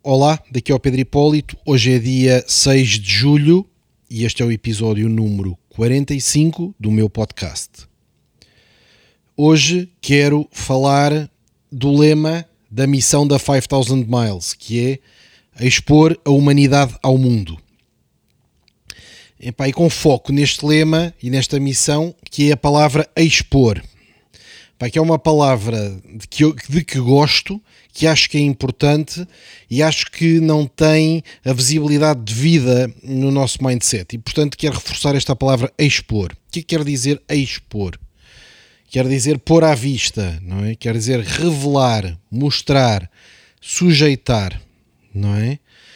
Olá, daqui é o Pedro Hipólito. Hoje é dia 6 de julho e este é o episódio número 45 do meu podcast. Hoje quero falar do lema da missão da 5000 Miles, que é expor a humanidade ao mundo. E com foco neste lema e nesta missão, que é a palavra expor. Que é uma palavra de que gosto, que acho que é importante e acho que não tem a visibilidade devida no nosso mindset. E, portanto, quero reforçar esta palavra expor. O que quer dizer expor? Quer dizer pôr à vista, não é? Quer dizer revelar, mostrar, sujeitar, não é?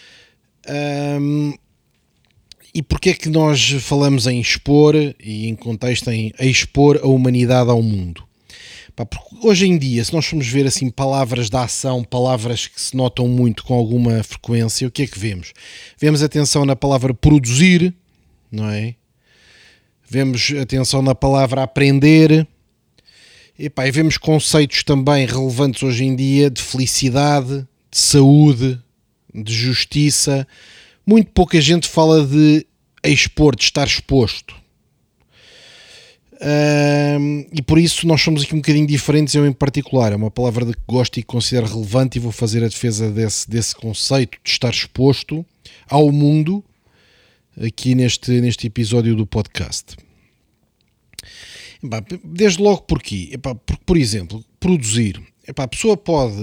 E porquê é que nós falamos em expor e em contexto em expor a humanidade ao mundo? Porque hoje em dia, se nós formos ver assim palavras de ação, palavras que se notam muito com alguma frequência, o que é que vemos? Vemos atenção na palavra produzir, não é? Vemos atenção na palavra aprender. E vemos conceitos também relevantes hoje em dia de felicidade, de saúde, de justiça. Muito pouca gente fala de expor, de estar exposto. E por isso nós somos aqui um bocadinho diferentes, eu em particular. É uma palavra de que gosto e que considero relevante e vou fazer a defesa desse conceito de estar exposto ao mundo aqui neste episódio do podcast. Desde logo porquê? Porque, por exemplo, produzir. A pessoa pode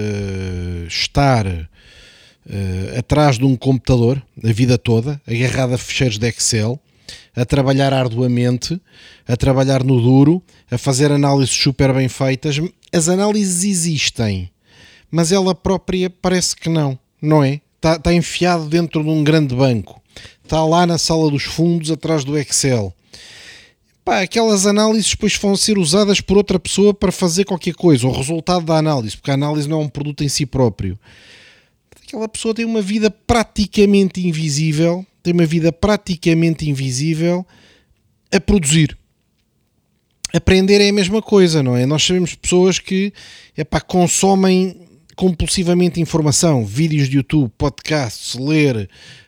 estar atrás de um computador a vida toda, agarrada a ficheiros de Excel, a trabalhar arduamente, a trabalhar no duro, a fazer análises super bem feitas. As análises existem, mas ela própria parece que não é? Está enfiado dentro de um grande banco, está lá na sala dos fundos atrás do Excel. Aquelas análises depois vão ser usadas por outra pessoa para fazer qualquer coisa, o resultado da análise, porque a análise não é um produto em si próprio. Aquela pessoa tem uma vida praticamente invisível, a produzir. Aprender é a mesma coisa, não é? Nós sabemos pessoas que consomem compulsivamente informação, vídeos de YouTube, podcasts, ler,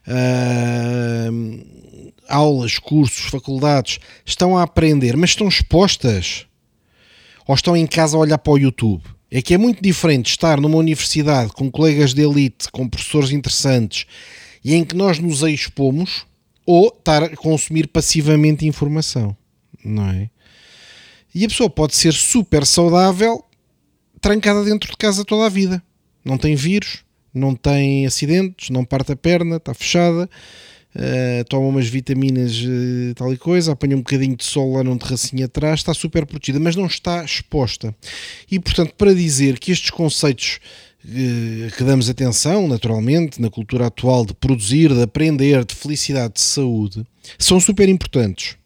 aulas, cursos, faculdades, estão a aprender, mas estão expostas ou estão em casa a olhar para o YouTube. É que é muito diferente estar numa universidade com colegas de elite, com professores interessantes e em que nós nos expomos, ou estar a consumir passivamente informação, não é? E a pessoa pode ser super saudável, trancada dentro de casa toda a vida. Não tem vírus, não tem acidentes, não parte a perna, está fechada, toma umas vitaminas, tal e coisa, apanha um bocadinho de sol lá num terracinho atrás, está super protegida, mas não está exposta. E, portanto, para dizer que estes conceitos que damos atenção, naturalmente, na cultura atual de produzir, de aprender, de felicidade, de saúde, são super importantes.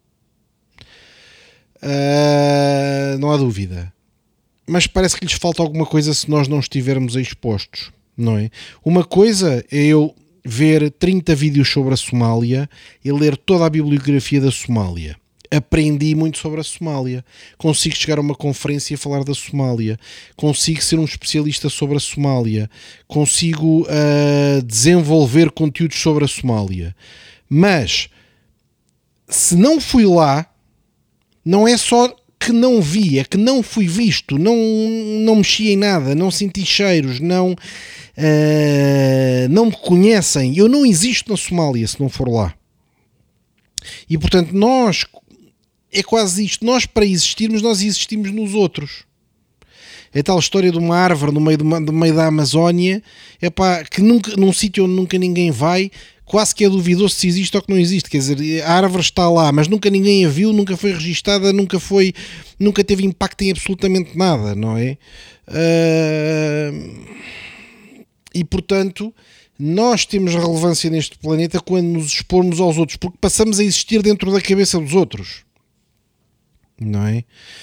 Não há dúvida. Mas parece que lhes falta alguma coisa se nós não estivermos expostos, não é? Uma coisa é eu ver 30 vídeos sobre a Somália e ler toda a bibliografia da Somália. Aprendi muito sobre a Somália, consigo chegar a uma conferência e falar da Somália, consigo ser um especialista sobre a Somália, consigo desenvolver conteúdos sobre a Somália. Mas se não fui lá, não é só que não vi, é que não fui visto, não mexi em nada, não senti cheiros, não me conhecem, eu não existo na Somália se não for lá. E portanto é quase isto, nós para existirmos, nós existimos nos outros. É tal história de uma árvore no meio da Amazónia, que nunca, num sítio onde nunca ninguém vai, quase que é duvidoso se existe ou que não existe. Quer dizer, a árvore está lá, mas nunca ninguém a viu, nunca foi registada, nunca teve impacto em absolutamente nada, não é? E portanto, nós temos relevância neste planeta quando nos expormos aos outros, porque passamos a existir dentro da cabeça dos outros, não é?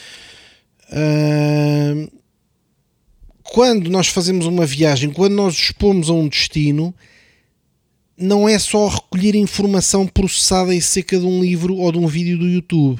Quando nós fazemos uma viagem, quando nós expomos a um destino, não é só recolher informação processada e seca de um livro ou de um vídeo do YouTube.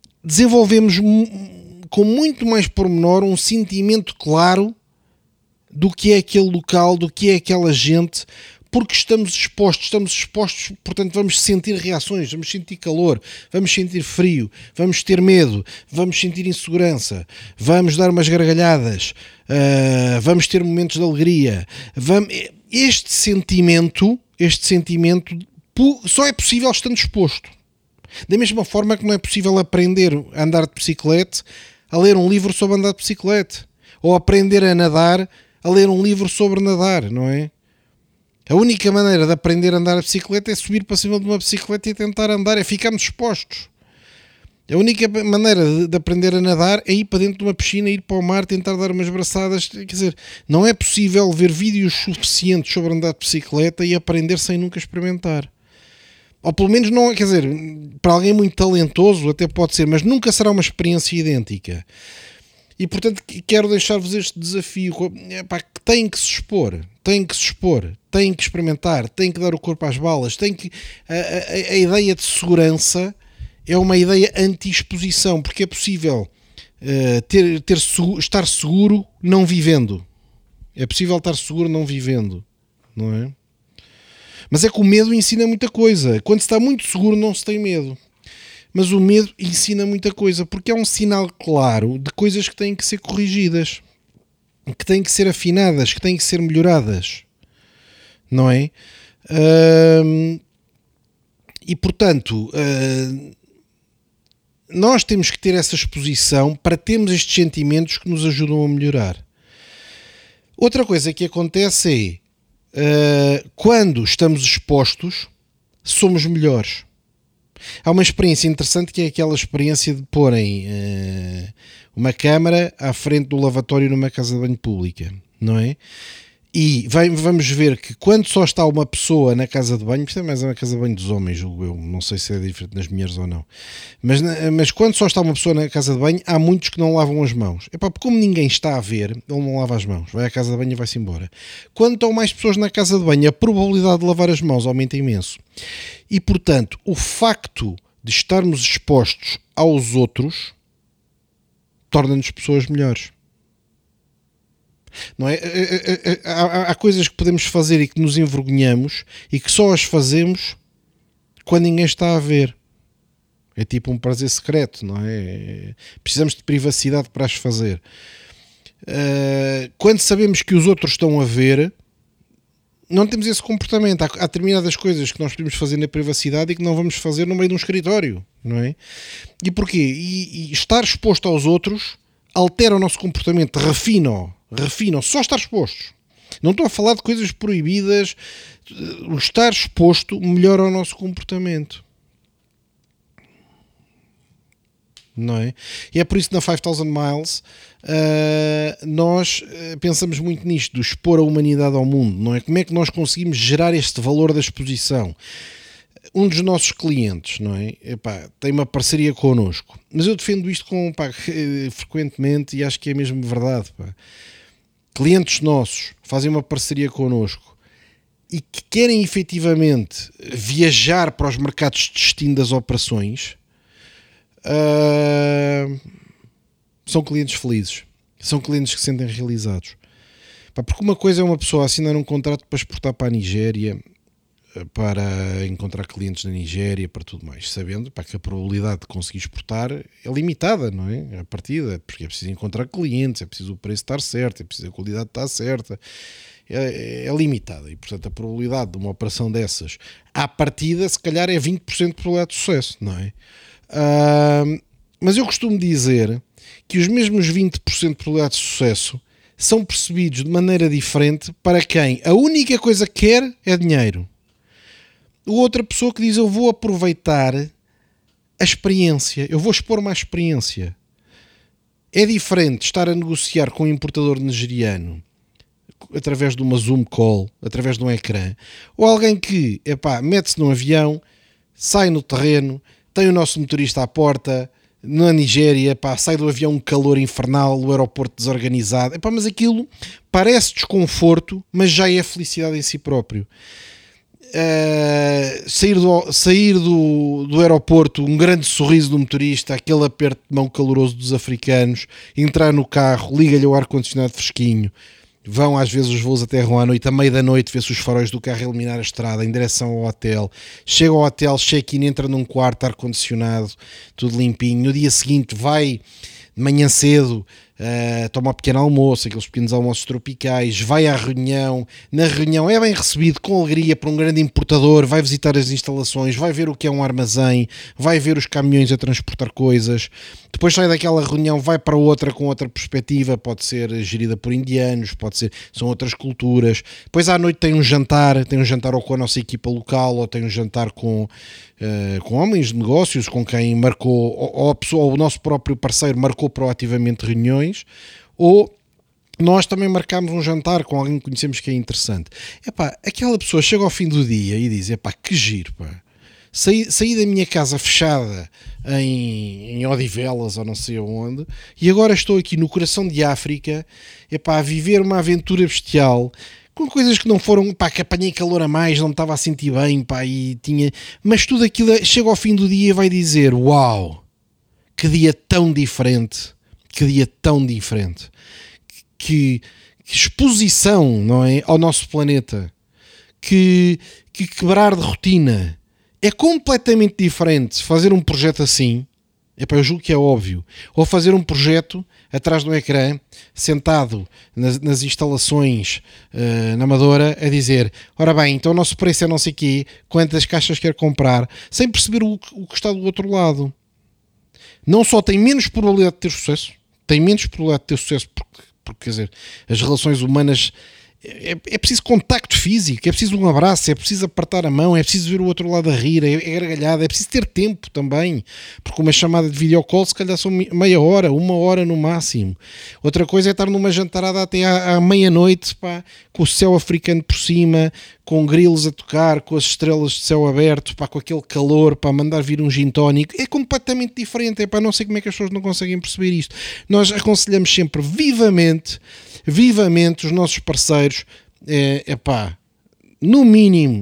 Desenvolvemos com muito mais pormenor um sentimento claro do que é aquele local, do que é aquela gente, porque estamos expostos, portanto vamos sentir reações, vamos sentir calor, vamos sentir frio, vamos ter medo, vamos sentir insegurança, vamos dar umas gargalhadas, vamos ter momentos de alegria. Este sentimento só é possível estando exposto. Da mesma forma que não é possível aprender a andar de bicicleta a ler um livro sobre andar de bicicleta, ou aprender a nadar a ler um livro sobre nadar, não é? A única maneira de aprender a andar de bicicleta é subir para cima de uma bicicleta e tentar andar, é ficarmos expostos. A única maneira de aprender a nadar é ir para dentro de uma piscina, ir para o mar, tentar dar umas braçadas. Quer dizer, não é possível ver vídeos suficientes sobre andar de bicicleta e aprender sem nunca experimentar. Ou pelo menos não, quer dizer, para alguém muito talentoso até pode ser, mas nunca será uma experiência idêntica. E portanto quero deixar-vos este desafio, que têm que se expor, têm que experimentar, têm que dar o corpo às balas, a ideia de segurança é uma ideia anti-exposição, porque é possível estar seguro não vivendo. É possível estar seguro não vivendo, não é? Mas é que o medo ensina muita coisa. Quando se está muito seguro não se tem medo. Mas o medo ensina muita coisa, porque é um sinal claro de coisas que têm que ser corrigidas, que têm que ser afinadas, que têm que ser melhoradas, não é? E portanto, nós temos que ter essa exposição para termos estes sentimentos que nos ajudam a melhorar. Outra coisa que acontece é, quando estamos expostos, somos melhores. Há uma experiência interessante que é aquela experiência de porem uma câmara à frente do lavatório numa casa de banho pública, não é? E vamos ver que quando só está uma pessoa na casa de banho, isto é mais uma casa de banho dos homens, julgo eu, não sei se é diferente nas mulheres ou não, mas quando só está uma pessoa na casa de banho, há muitos que não lavam as mãos. Epá, porque como ninguém está a ver, ele não lava as mãos, vai à casa de banho e vai-se embora. Quando estão mais pessoas na casa de banho, a probabilidade de lavar as mãos aumenta imenso. E portanto, o facto de estarmos expostos aos outros torna-nos pessoas melhores. Não é? Há coisas que podemos fazer e que nos envergonhamos e que só as fazemos quando ninguém está a ver. É tipo um prazer secreto, não é? Precisamos de privacidade para as fazer. Quando sabemos que os outros estão a ver, não temos esse comportamento. Há determinadas coisas que nós podemos fazer na privacidade e que não vamos fazer no meio de um escritório, não é? E porquê? E estar exposto aos outros altera o nosso comportamento, refina-o, só estar expostos. Não estou a falar de coisas proibidas. O estar exposto melhora o nosso comportamento. Não é? E é por isso que na 5000 Miles nós pensamos muito nisto, de expor a humanidade ao mundo, não é? Como é que nós conseguimos gerar este valor da exposição? Um dos nossos clientes, não é? Epá, tem uma parceria connosco, mas eu defendo isto frequentemente e acho que é mesmo verdade. Pá. Clientes nossos fazem uma parceria connosco e que querem efetivamente viajar para os mercados de destino das operações. São clientes felizes, são clientes que se sentem realizados. Pá, porque uma coisa é uma pessoa assinar um contrato para exportar para a Nigéria, para encontrar clientes na Nigéria, para tudo mais, sabendo que a probabilidade de conseguir exportar é limitada, não é? A partida, porque é preciso encontrar clientes, é preciso o preço estar certo, é preciso a qualidade estar certa, é limitada, e portanto a probabilidade de uma operação dessas à partida, se calhar é 20% de probabilidade de sucesso, não é? Mas eu costumo dizer que os mesmos 20% de probabilidade de sucesso são percebidos de maneira diferente para quem a única coisa que quer é dinheiro. Outra pessoa que diz: eu vou aproveitar a experiência, eu vou expor uma experiência. É diferente estar a negociar com um importador nigeriano através de uma Zoom call, através de um ecrã, ou alguém que mete-se num avião, sai no terreno, tem o nosso motorista à porta, na Nigéria, sai do avião um calor infernal, o aeroporto desorganizado, mas aquilo parece desconforto, mas já é felicidade em si próprio. Sair do aeroporto, um grande sorriso do motorista, aquele aperto de mão caloroso dos africanos, entrar no carro, liga-lhe o ar-condicionado fresquinho, vão às vezes os voos aterram à noite, à meia da noite, vê-se os faróis do carro iluminar a estrada em direção ao hotel, chega ao hotel, check-in, entra num quarto, ar-condicionado, tudo limpinho, no dia seguinte vai de manhã cedo, toma um pequeno almoço, aqueles pequenos almoços tropicais, vai à reunião, na reunião é bem recebido com alegria por um grande importador, vai visitar as instalações, vai ver o que é um armazém, vai ver os caminhões a transportar coisas, depois sai daquela reunião, vai para outra com outra perspectiva, pode ser gerida por indianos, são outras culturas, depois à noite tem um jantar ou com a nossa equipa local, ou tem um jantar com homens de negócios, com quem marcou, ou a pessoa, ou o nosso próprio parceiro marcou proativamente reuniões, ou nós também marcámos um jantar com alguém que conhecemos que é interessante. Aquela pessoa chega ao fim do dia e diz, que giro, pá. Saí da minha casa fechada em Odivelas ou não sei onde, e agora estou aqui no coração de África, a viver uma aventura bestial, com coisas que não foram, que apanhei calor a mais, não me estava a sentir bem, mas tudo aquilo chega ao fim do dia e vai dizer, uau, que dia tão diferente, que exposição, não é, ao nosso planeta, que quebrar de rotina. É completamente diferente fazer um projeto assim, eu julgo que é óbvio, ou fazer um projeto atrás do ecrã, sentado nas instalações na Amadora, a dizer, ora bem, então o nosso preço é não sei quê, quantas caixas quer comprar, sem perceber o que está do outro lado. Não só tem menos probabilidade de ter sucesso, porque quer dizer, as relações humanas é preciso contacto físico, é preciso um abraço, é preciso apertar a mão, é preciso ver o outro lado a rir, é gargalhada, é preciso ter tempo também, porque uma chamada de videocall se calhar são meia hora, uma hora no máximo. Outra coisa é estar numa jantarada até à meia-noite, com o céu africano por cima, com grilos a tocar, com as estrelas de céu aberto, com aquele calor, mandar vir um gin tónico, é completamente diferente. Não sei como é que as pessoas não conseguem perceber isto. Nós aconselhamos sempre vivamente os nossos parceiros, no mínimo,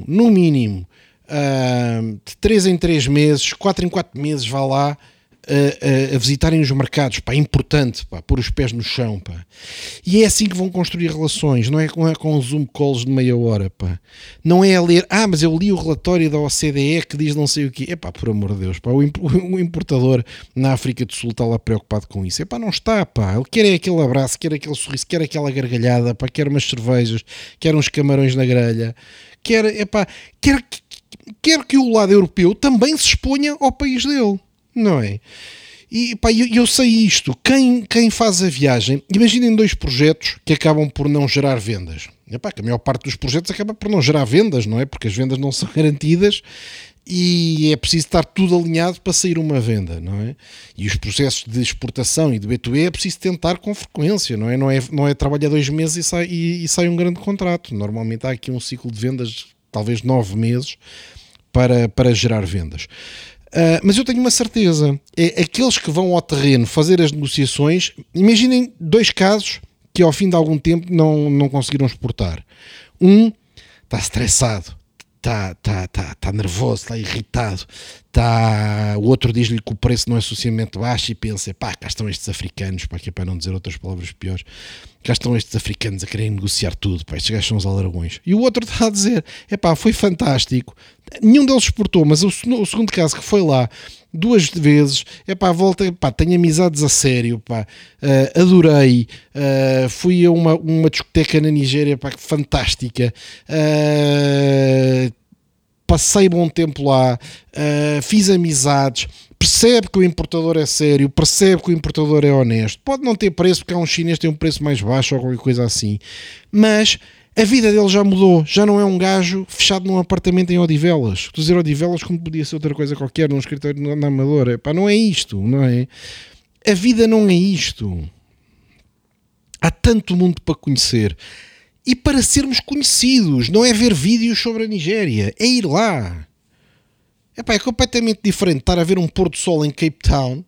de 3 em 3 meses, 4 em 4 meses, vá lá, a visitarem os mercados, é importante, pôr os pés no chão, e é assim que vão construir relações, não é com Zoom calls de meia hora, não é a ler, mas eu li o relatório da OCDE que diz não sei o quê, por amor de Deus, o importador na África do Sul está lá preocupado com isso, não está, ele quer aquele abraço, quer aquele sorriso, quer aquela gargalhada, quer umas cervejas, quer uns camarões na grelha, quer que o lado europeu também se exponha ao país dele. Não é? E eu sei isto. Quem faz a viagem, imaginem 2 projetos que acabam por não gerar vendas. Que a maior parte dos projetos acaba por não gerar vendas, não é? Porque as vendas não são garantidas e é preciso estar tudo alinhado para sair uma venda, não é? E os processos de exportação e de B2B é preciso tentar com frequência, não é? Não é trabalhar 2 meses e sai um grande contrato. Normalmente há aqui um ciclo de vendas, talvez 9 meses, para gerar vendas. Mas eu tenho uma certeza, aqueles que vão ao terreno fazer as negociações, imaginem 2 casos que ao fim de algum tempo não conseguiram exportar. Um está estressado, está nervoso, está irritado, o outro diz-lhe que o preço não é suficientemente baixo e pensa, cá estão estes africanos, que é para não dizer outras palavras piores, cá estão estes africanos a querer negociar tudo, estes gajos são os aldrabões. E o outro está a dizer, foi fantástico, nenhum deles exportou, mas o segundo caso que foi lá 2 vezes, volta, tenho amizades a sério, adorei, fui a uma discoteca na Nigéria, fantástica, passei bom tempo lá, fiz amizades, percebe que o importador é sério, percebe que o importador é honesto, pode não ter preço porque há um chinês que tem um preço mais baixo ou qualquer coisa assim, mas a vida dele já mudou, já não é um gajo fechado num apartamento em Odivelas. Estou a dizer Odivelas como podia ser outra coisa qualquer, num escritório na Amadora. Não é isto, não é? A vida não é isto. Há tanto mundo para conhecer. E para sermos conhecidos, não é ver vídeos sobre a Nigéria, é ir lá. É completamente diferente estar a ver um pôr do sol em Cape Town.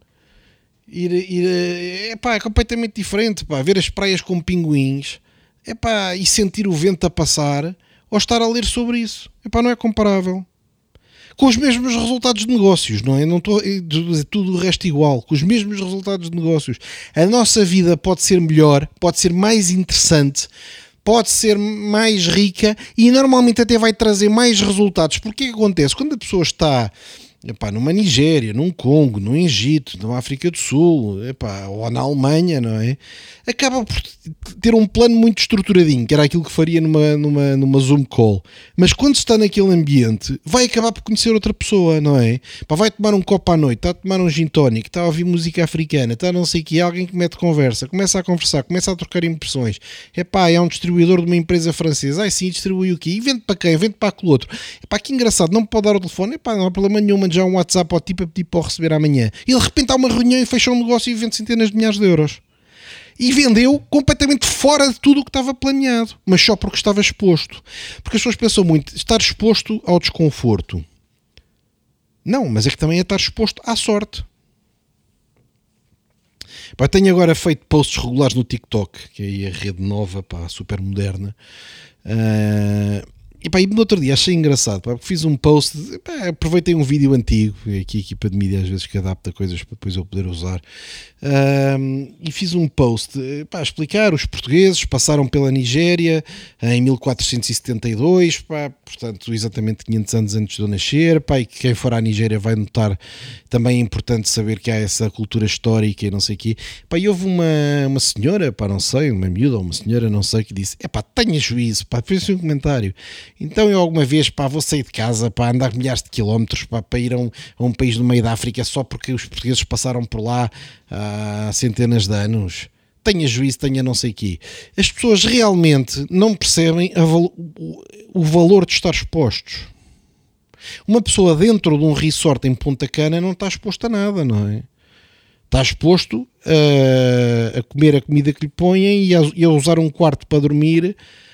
É completamente diferente, ver as praias com pinguins. E sentir o vento a passar, ou estar a ler sobre isso. Não é comparável. Com os mesmos resultados de negócios, não é? Não estou a dizer tudo o resto igual. Com os mesmos resultados de negócios. A nossa vida pode ser melhor, pode ser mais interessante, pode ser mais rica e normalmente até vai trazer mais resultados. Porque o que acontece? Quando a pessoa está numa Nigéria, num Congo, num Egito, numa África do Sul, ou na Alemanha, não é? Acaba por ter um plano muito estruturadinho, que era aquilo que faria numa Zoom call. Mas quando está naquele ambiente, vai acabar por conhecer outra pessoa, não é? Vai tomar um copo à noite, está a tomar um gin tonic, está a ouvir música africana, está não sei o que, alguém que mete conversa, começa a conversar, começa a trocar impressões. É um distribuidor de uma empresa francesa, sim, distribui o quê? E vende para quem? Vende para aquele outro. Que engraçado, não me pode dar o telefone, não há problema nenhum, mande já um WhatsApp ao tipo a pedir para o receber amanhã. E de repente há uma reunião e fecha um negócio e vende centenas de milhares de euros. E vendeu completamente fora de tudo o que estava planeado, mas só porque estava exposto. Porque as pessoas pensam muito, estar exposto ao desconforto. Não, mas é que também é estar exposto à sorte. Tenho agora feito posts regulares no TikTok, que é aí a rede nova, super moderna. E no outro dia achei engraçado, porque fiz um post, aproveitei um vídeo antigo, aqui a equipa de mídia às vezes que adapta coisas para depois eu poder usar, e fiz um post a explicar, os portugueses passaram pela Nigéria em 1472, portanto exatamente 500 anos antes de eu nascer, e que quem for à Nigéria vai notar, também é importante saber que há essa cultura histórica e não sei o quê. E houve uma senhora, não sei, uma miúda ou uma senhora, não sei, que disse, tenha juízo, fez um comentário. Então eu alguma vez vou sair de casa para andar milhares de quilómetros para ir a um país no meio da África só porque os portugueses passaram por lá há centenas de anos. Tenha juízo, tenha não sei o quê. As pessoas realmente não percebem o valor de estar expostos. Uma pessoa dentro de um resort em Punta Cana não está exposta a nada, não é? Está exposto a comer a comida que lhe põem e a usar um quarto para dormir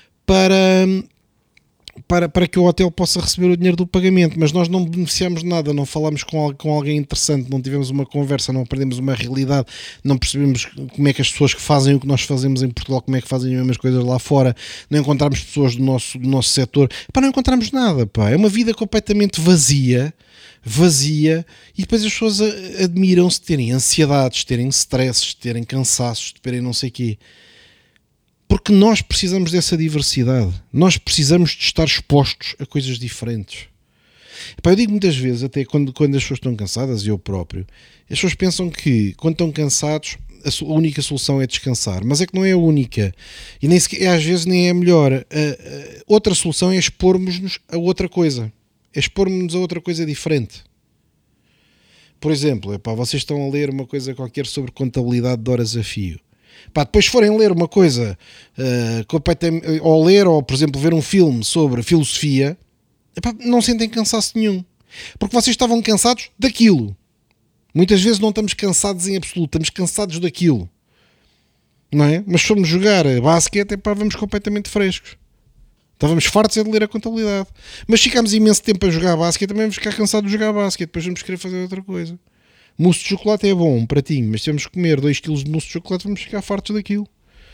para que o hotel possa receber o dinheiro do pagamento, mas nós não beneficiamos de nada, não falamos com alguém interessante, não tivemos uma conversa, não aprendemos uma realidade, não percebemos como é que as pessoas que fazem o que nós fazemos em Portugal, como é que fazem as mesmas coisas lá fora, não encontramos pessoas do nosso setor, não encontramos nada, é uma vida completamente vazia, e depois as pessoas admiram-se de terem ansiedades, de terem stresses, de terem cansaços, de terem não sei o quê. Porque nós precisamos dessa diversidade. Nós precisamos de estar expostos a coisas diferentes. Eu digo muitas vezes, até quando as pessoas estão cansadas, e eu próprio, as pessoas pensam que quando estão cansados a única solução é descansar. Mas é que não é a única. E nem sequer, às vezes nem é a melhor. Outra solução é expormos-nos a outra coisa. É expormos-nos a outra coisa diferente. Por exemplo, vocês estão a ler uma coisa qualquer sobre contabilidade de horas a fio. Depois forem ler uma coisa ou ler, ou por exemplo ver um filme sobre filosofia, não sentem cansaço nenhum, porque vocês estavam cansados daquilo. Muitas vezes não estamos cansados em absoluto, estamos cansados daquilo, não é? Mas se formos jogar basquete, vamos completamente frescos. Estávamos fartos de ler a contabilidade, mas ficámos imenso tempo a jogar basquete, também vamos ficar cansados de jogar basquete, depois vamos querer fazer outra coisa. Mousse de chocolate é bom, um pratinho, mas se temos que comer 2 kg de mousse de chocolate, vamos ficar fartos daquilo.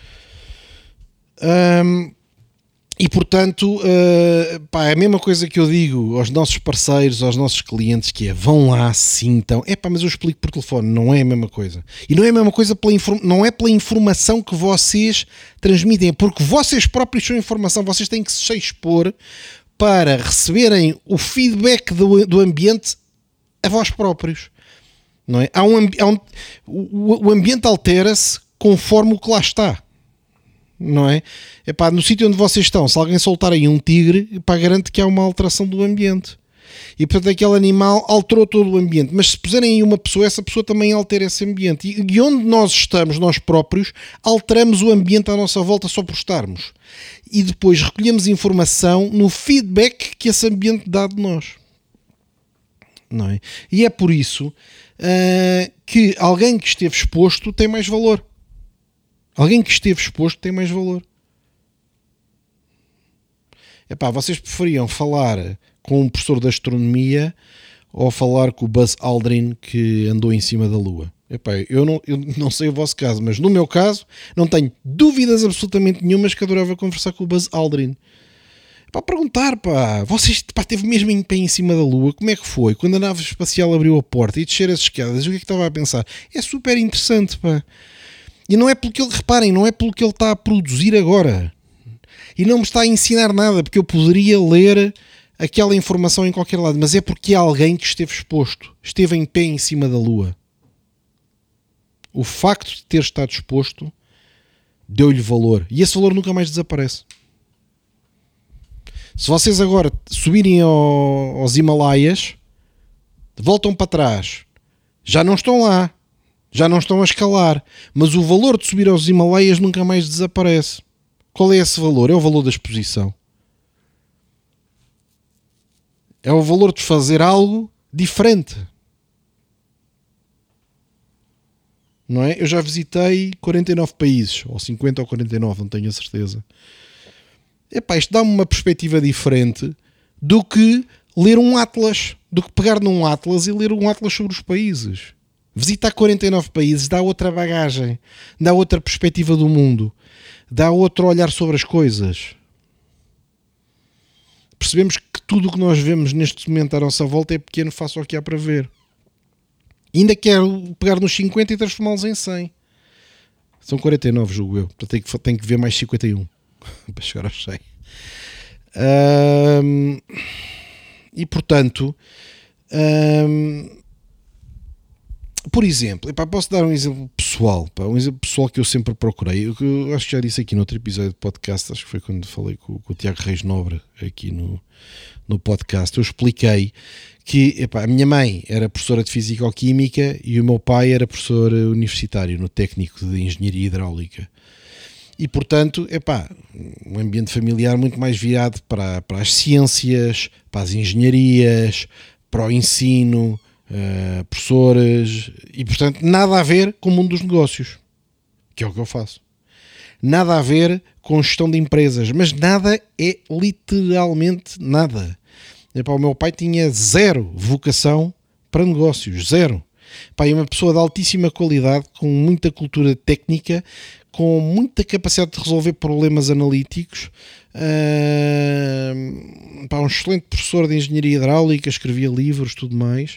E portanto, é a mesma coisa que eu digo aos nossos parceiros, aos nossos clientes, que é, vão lá, sintam. Mas eu explico por telefone, não é a mesma coisa. E não é a mesma coisa, não é pela informação que vocês transmitem, é porque vocês próprios são informação, vocês têm que se expor para receberem o feedback do ambiente a vós próprios. Não é? O ambiente altera-se conforme o que lá está, não é? No sítio onde vocês estão, se alguém soltar aí um tigre, garante que há uma alteração do ambiente, e portanto aquele animal alterou todo o ambiente, mas se puserem aí uma pessoa, essa pessoa também altera esse ambiente, e onde nós estamos, nós próprios, alteramos o ambiente à nossa volta só por estarmos, e depois recolhemos informação no feedback que esse ambiente dá de nós, não é? E é por isso que alguém que esteve exposto tem mais valor. Alguém que esteve exposto tem mais valor. Vocês preferiam falar com um professor de astronomia ou falar com o Buzz Aldrin que andou em cima da Lua? Eu não sei o vosso caso, mas no meu caso não tenho dúvidas absolutamente nenhumas que adorava conversar com o Buzz Aldrin. Para perguntar, vocês teve mesmo em pé em cima da Lua, como é que foi? Quando a nave espacial abriu a porta e descer as escadas, o que é que estava a pensar? É super interessante, E não é pelo que ele, reparem, não é pelo que ele está a produzir agora. E não me está a ensinar nada, porque eu poderia ler aquela informação em qualquer lado, mas é porque há alguém que esteve exposto, esteve em pé em cima da Lua. O facto de ter estado exposto deu-lhe valor. E esse valor nunca mais desaparece. Se vocês agora subirem aos Himalaias, voltam para trás, já não estão lá, já não estão a escalar, mas o valor de subir aos Himalaias nunca mais desaparece. Qual é esse valor? É o valor da exposição. É o valor de fazer algo diferente. Não é? Eu já visitei 49 países, ou 50 ou 49, não tenho a certeza. Epá, isto dá-me uma perspectiva diferente do que ler um atlas, do que pegar num atlas e ler um atlas sobre os países. Visitar 49 países dá outra bagagem, dá outra perspectiva do mundo, dá outro olhar sobre as coisas. Percebemos que tudo o que nós vemos neste momento à nossa volta é pequeno face ao que há para ver. E ainda quero pegar nos 50 e transformá-los em 100. São 49, julgo eu. Portanto, tenho que ver mais 51 para chegar aos 100. E portanto, por exemplo, posso dar um exemplo pessoal, um exemplo pessoal que eu sempre procurei. Eu acho que já disse aqui no outro episódio do podcast, acho que foi quando falei com o Tiago Reis Nobre aqui no podcast. Eu expliquei que a minha mãe era professora de Físico-Química e o meu pai era professor universitário no técnico de Engenharia Hidráulica. E, portanto, um ambiente familiar muito mais virado para as ciências, para as engenharias, para o ensino, professores, e, portanto, nada a ver com o mundo dos negócios, que é o que eu faço. Nada a ver com gestão de empresas, mas nada é literalmente nada. O meu pai tinha zero vocação para negócios, zero. É uma pessoa de altíssima qualidade, com muita cultura técnica, com muita capacidade de resolver problemas analíticos, um excelente professor de engenharia hidráulica, escrevia livros, tudo mais,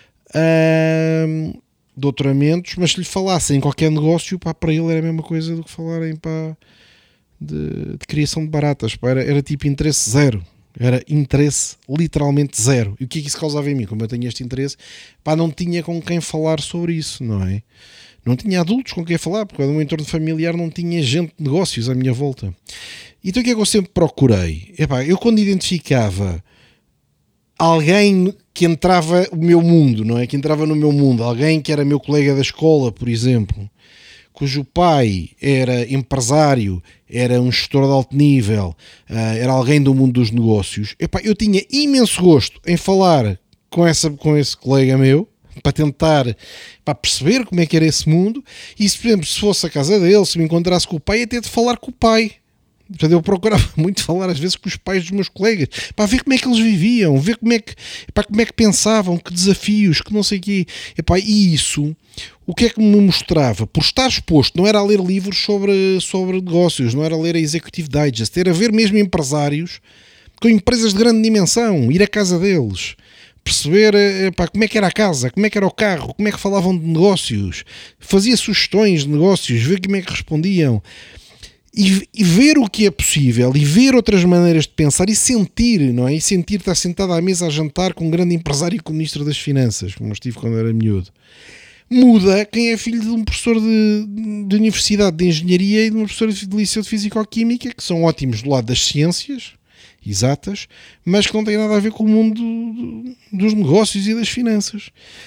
doutoramentos, mas se lhe falassem em qualquer negócio, para ele era a mesma coisa do que falarem de criação de baratas. Era tipo interesse zero. Era interesse literalmente zero. E o que é que isso causava em mim? Como eu tenho este interesse, não tinha com quem falar sobre isso, não é? Não tinha adultos com quem falar, porque no meu entorno familiar não tinha gente de negócios à minha volta. Então o que é que eu sempre procurei? Eu quando identificava alguém que entrava no meu mundo, não é? Que entrava no meu mundo, alguém que era meu colega da escola, por exemplo, cujo pai era empresário, era um gestor de alto nível, era alguém do mundo dos negócios, eu tinha imenso gosto em falar com esse colega meu, para tentar perceber como é que era esse mundo, e se, por exemplo, se fosse a casa dele, se me encontrasse com o pai, até de falar com o pai. Portanto, eu procurava muito falar às vezes com os pais dos meus colegas, para ver como é que eles viviam, ver como é que pensavam, que desafios, que não sei o quê. E isso, o que é que me mostrava? Por estar exposto, não era a ler livros sobre negócios, não era a ler a Executive Digest, era ver mesmo empresários com empresas de grande dimensão, ir à casa deles, perceber como é que era a casa, como é que era o carro, como é que falavam de negócios, fazia sugestões de negócios, ver como é que respondiam. E ver o que é possível e ver outras maneiras de pensar e sentir, não é? E sentir estar sentado à mesa a jantar com um grande empresário e com o Ministro das Finanças, como eu estive quando era miúdo. Muda quem é filho de um professor de universidade de engenharia e de uma professora de liceu de Físico-Química, que são ótimos do lado das ciências exatas, mas que não têm nada a ver com o mundo dos negócios e das finanças.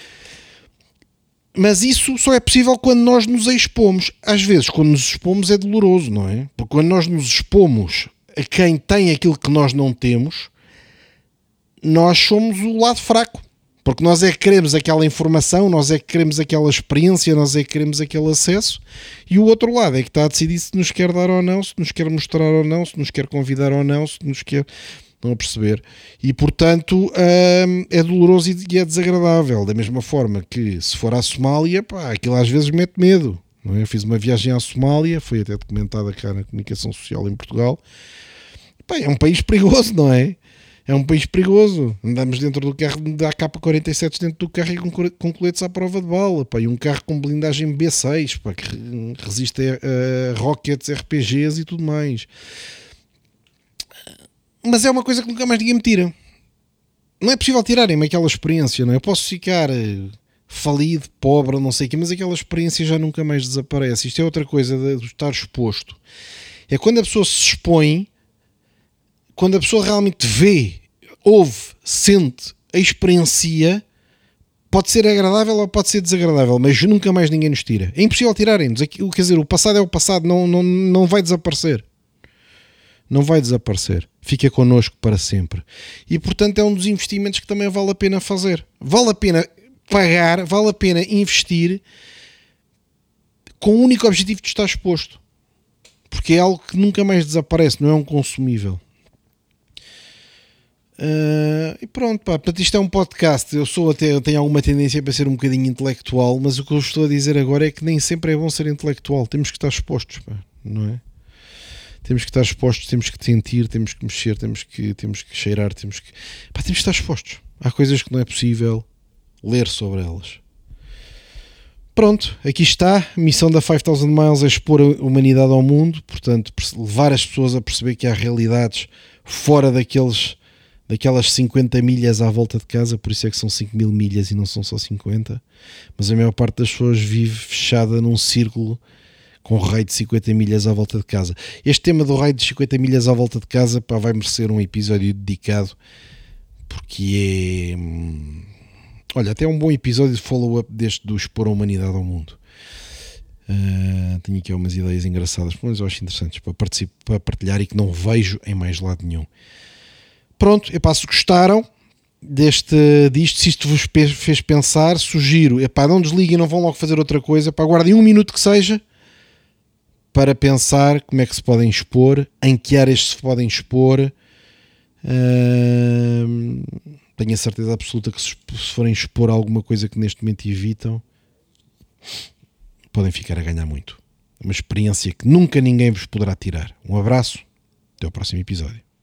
Mas isso só é possível quando nós nos expomos. Às vezes, quando nos expomos é doloroso, não é? Porque quando nós nos expomos a quem tem aquilo que nós não temos, nós somos o lado fraco. Porque nós é que queremos aquela informação, nós é que queremos aquela experiência, nós é que queremos aquele acesso, e o outro lado é que está a decidir se nos quer dar ou não, se nos quer mostrar ou não, se nos quer convidar ou não, se nos quer... Estão a perceber? E, portanto, é doloroso e é desagradável. Da mesma forma que, se for à Somália, aquilo às vezes mete medo. Não é? Eu fiz uma viagem à Somália, foi até documentada cá na comunicação social em Portugal. É um país perigoso, não é? É um país perigoso. Andamos dentro do carro, dá AK-47 dentro do carro e com coletes à prova de bala. E um carro com blindagem B6, que resiste a rockets, RPGs e tudo mais. Mas é uma coisa que nunca mais ninguém me tira. Não é possível tirarem-me aquela experiência, não é? Eu posso ficar falido, pobre, não sei o quê, mas aquela experiência já nunca mais desaparece. Isto é outra coisa de estar exposto. É quando a pessoa se expõe, quando a pessoa realmente vê, ouve, sente, experiencia, pode ser agradável ou pode ser desagradável, mas nunca mais ninguém nos tira. É impossível tirarem-nos. Quer dizer, o passado é o passado, não vai desaparecer. Não vai desaparecer. Fica connosco para sempre. E, portanto, é um dos investimentos que também vale a pena fazer. Vale a pena pagar, vale a pena investir com o único objetivo de estar exposto. Porque é algo que nunca mais desaparece, não é um consumível. E pronto, pá. Portanto, isto é um podcast. Eu tenho alguma tendência para ser um bocadinho intelectual, mas o que eu estou a dizer agora é que nem sempre é bom ser intelectual. Temos que estar expostos, pá, não é? Temos que estar expostos, temos que sentir, temos que mexer, temos que cheirar, temos que estar expostos. Há coisas que não é possível ler sobre elas. Pronto, aqui está. A missão da 5000 Miles é expor a humanidade ao mundo, portanto, levar as pessoas a perceber que há realidades fora daquelas 50 milhas à volta de casa, por isso é que são 5.000 milhas e não são só 50. Mas a maior parte das pessoas vive fechada num círculo com raio de 50 milhas à volta de casa. Este tema do raio de 50 milhas à volta de casa, pá, vai merecer um episódio dedicado, porque é... Olha, até um bom episódio de follow-up deste do expor a humanidade ao mundo. Tenho aqui umas ideias engraçadas, mas eu acho interessantes para partilhar e que não vejo em mais lado nenhum. Pronto, se gostaram disto, se isto vos fez pensar, sugiro, não desliguem, não vão logo fazer outra coisa, aguardem um minuto que seja, para pensar como é que se podem expor, em que áreas se podem expor. Tenho a certeza absoluta que se forem expor alguma coisa que neste momento evitam, podem ficar a ganhar muito. Uma experiência que nunca ninguém vos poderá tirar. Um abraço, até ao próximo episódio.